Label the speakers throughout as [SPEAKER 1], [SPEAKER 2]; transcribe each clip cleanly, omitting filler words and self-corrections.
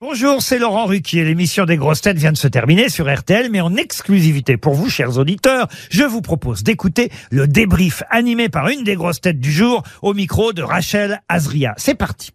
[SPEAKER 1] Bonjour, c'est Laurent Ruquier. L'émission des grosses têtes vient de se terminer sur RTL, mais en exclusivité pour vous, chers auditeurs, je vous propose d'écouter le débrief animé par une des grosses têtes du jour au micro de Rachel Azria. C'est parti.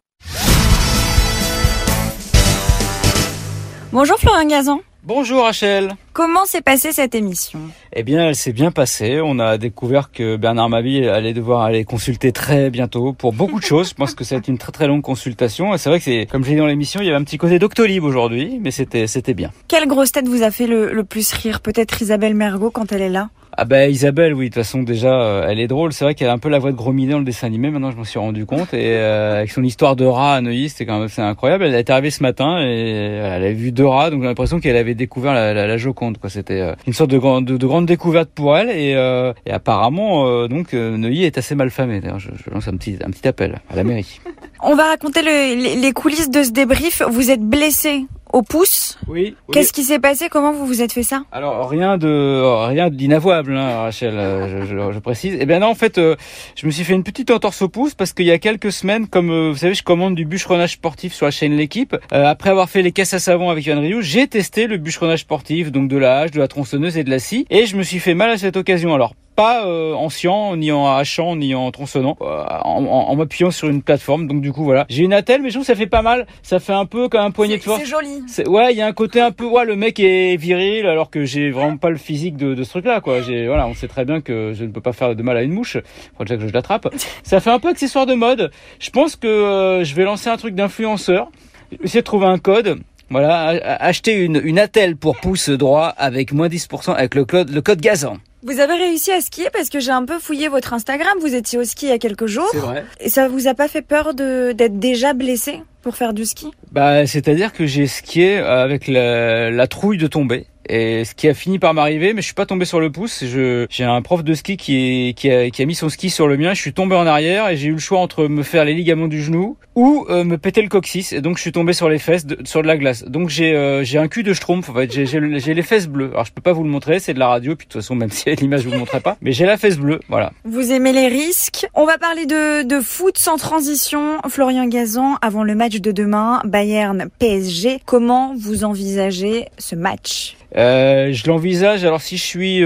[SPEAKER 2] Bonjour Florian Gazan.
[SPEAKER 3] Bonjour Rachel.
[SPEAKER 2] Comment s'est passée cette émission ?
[SPEAKER 3] Eh bien, elle s'est bien passée. On a découvert que Bernard Mabille allait devoir aller consulter très bientôt pour beaucoup de choses. Je pense que ça va être une très très longue consultation. Et c'est vrai que c'est, comme je l'ai dit dans l'émission, il y avait un petit côté Doctolib aujourd'hui, mais c'était bien.
[SPEAKER 2] Quelle grosse tête vous a fait le plus rire ? Peut-être Isabelle Mergo quand elle est là ?
[SPEAKER 3] Ah ben Isabelle, oui, de toute façon déjà, elle est drôle. C'est vrai qu'elle a un peu la voix de Gros Minet dans le dessin animé. Maintenant, je m'en suis rendu compte. Et avec son histoire de rat à Neuilly, c'est incroyable. Elle est arrivée ce matin et elle avait vu 2 rats, donc j'ai l'impression qu'elle avait découvert la Joconde, quoi. C'était une sorte de grande découverte pour elle. Et apparemment, Neuilly est assez mal famé. D'ailleurs, je lance un petit appel à la mairie.
[SPEAKER 2] On va raconter les coulisses de ce débrief. Vous êtes blessé au pouce.
[SPEAKER 3] Oui.
[SPEAKER 2] Qu'est-ce qui s'est passé ? Comment vous vous êtes fait ça ?
[SPEAKER 3] Alors rien d'inavouable, hein, Rachel, je précise. Eh bien non, en fait, je me suis fait une petite entorse au pouce parce qu'il y a quelques semaines, comme vous savez, je commande du bûcheronnage sportif sur la chaîne L'Équipe. Après avoir fait les caisses à savon avec Yoann Rioux, j'ai testé le bûcheronnage sportif, donc de la hache, de la tronçonneuse et de la scie, et je me suis fait mal à cette occasion. Alors pas en sciant, ni en hachant, ni en tronçonnant, en m'appuyant sur une plateforme. Donc du coup voilà, j'ai une attelle, mais je trouve que ça fait pas mal. Ça fait un peu comme un poignet de force.
[SPEAKER 2] C'est joli.
[SPEAKER 3] Ouais, il y a un côté un peu, le mec est viril, alors que j'ai vraiment pas le physique de ce truc-là, quoi. On sait très bien que je ne peux pas faire de mal à une mouche. Faut déjà que je l'attrape. Ça fait un peu accessoire de mode. Je pense que je vais lancer un truc d'influenceur. Essayer de trouver un code. Voilà, acheter une attelle pour pouce droit avec moins 10% avec le code Gazan.
[SPEAKER 2] Vous avez réussi à skier parce que j'ai un peu fouillé votre Instagram. Vous étiez au ski il y a quelques jours.
[SPEAKER 3] C'est vrai.
[SPEAKER 2] Et ça vous a pas fait peur d'être déjà blessé pour faire du ski ?
[SPEAKER 3] C'est-à-dire que j'ai skié avec la trouille de tomber. Et ce qui a fini par m'arriver, mais je suis pas tombé sur le pouce. J'ai un prof de ski qui a mis son ski sur le mien. Je suis tombé en arrière et j'ai eu le choix entre me faire les ligaments du genou ou me péter le coccyx. Et donc je suis tombé sur les fesses sur de la glace. Donc j'ai un cul de schtroumpf. En fait, j'ai les fesses bleues. Alors je peux pas vous le montrer, c'est de la radio. Puis de toute façon, même si l'image je vous le montrerai pas, mais j'ai la fesse bleue. Voilà.
[SPEAKER 2] Vous aimez les risques. On va parler de foot sans transition. Florian Gazan, avant le match de demain, Bayern PSG. Comment vous envisagez ce match ?
[SPEAKER 3] Je l'envisage. Alors si je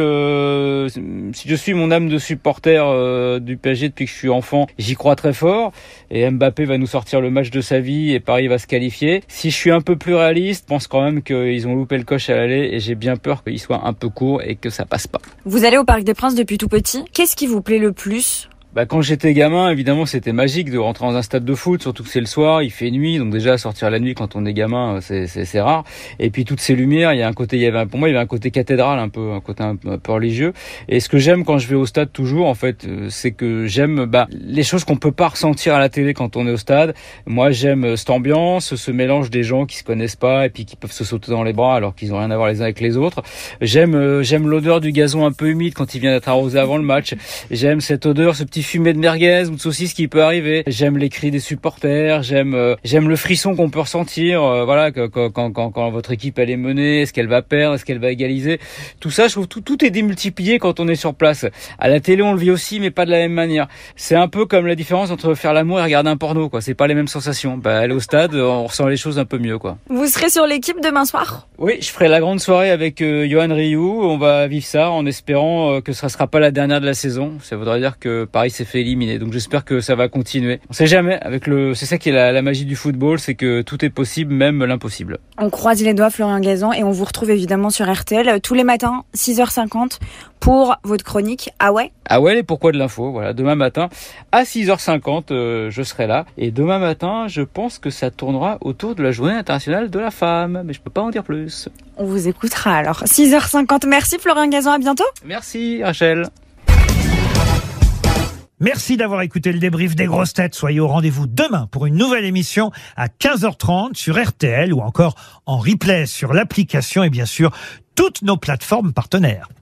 [SPEAKER 3] suis mon âme de supporter du PSG depuis que je suis enfant, j'y crois très fort. Et Mbappé va nous sortir le match de sa vie et Paris va se qualifier. Si je suis un peu plus réaliste, je pense quand même qu'ils ont loupé le coche à l'aller et j'ai bien peur qu'il soit un peu court et que ça passe pas.
[SPEAKER 2] Vous allez au Parc des Princes depuis tout petit. Qu'est-ce qui vous plaît le plus ?
[SPEAKER 3] Quand j'étais gamin, évidemment, c'était magique de rentrer dans un stade de foot, surtout que c'est le soir, il fait nuit, donc déjà sortir la nuit quand on est gamin, c'est rare. Et puis toutes ces lumières, il y avait un côté cathédrale, un côté un peu religieux. Et ce que j'aime quand je vais au stade toujours, en fait, c'est que j'aime les choses qu'on peut pas ressentir à la télé quand on est au stade. Moi, j'aime cette ambiance, ce mélange des gens qui se connaissent pas et puis qui peuvent se sauter dans les bras alors qu'ils ont rien à voir les uns avec les autres. J'aime l'odeur du gazon un peu humide quand il vient d'être arrosé avant le match. J'aime cette odeur, ce petit fumée de merguez ou de saucisse qui peut arriver. J'aime les cris des supporters, j'aime le frisson qu'on peut ressentir, quand votre équipe elle est menée, est-ce qu'elle va perdre, est-ce qu'elle va égaliser. Tout ça, je trouve tout est démultiplié quand on est sur place. À la télé, on le vit aussi, mais pas de la même manière. C'est un peu comme la différence entre faire l'amour et regarder un porno, quoi. C'est pas les mêmes sensations. Aller au stade, on ressent les choses un peu mieux, quoi.
[SPEAKER 2] Vous serez sur L'Équipe demain soir ?
[SPEAKER 3] Oui, je ferai la grande soirée avec Yoann Rioux. On va vivre ça en espérant que ce ne sera pas la dernière de la saison. Ça voudrait dire que Paris s'est fait éliminer. Donc j'espère que ça va continuer. On sait jamais. C'est ça qui est la magie du football, c'est que tout est possible, même l'impossible.
[SPEAKER 2] On croise les doigts, Florian Gazan, et on vous retrouve évidemment sur RTL tous les matins, 6h50, pour votre chronique Ah ouais ?
[SPEAKER 3] Ah ouais, les pourquoi de l'info. Voilà, demain matin à 6h50, je serai là. Et demain matin, je pense que ça tournera autour de la Journée internationale de la femme. Mais je peux pas en dire plus.
[SPEAKER 2] On vous écoutera alors. 6h50. Merci Florian Gazan, à bientôt.
[SPEAKER 3] Merci Rachel.
[SPEAKER 1] Merci d'avoir écouté le débrief des grosses têtes. Soyez au rendez-vous demain pour une nouvelle émission à 15h30 sur RTL ou encore en replay sur l'application et bien sûr toutes nos plateformes partenaires.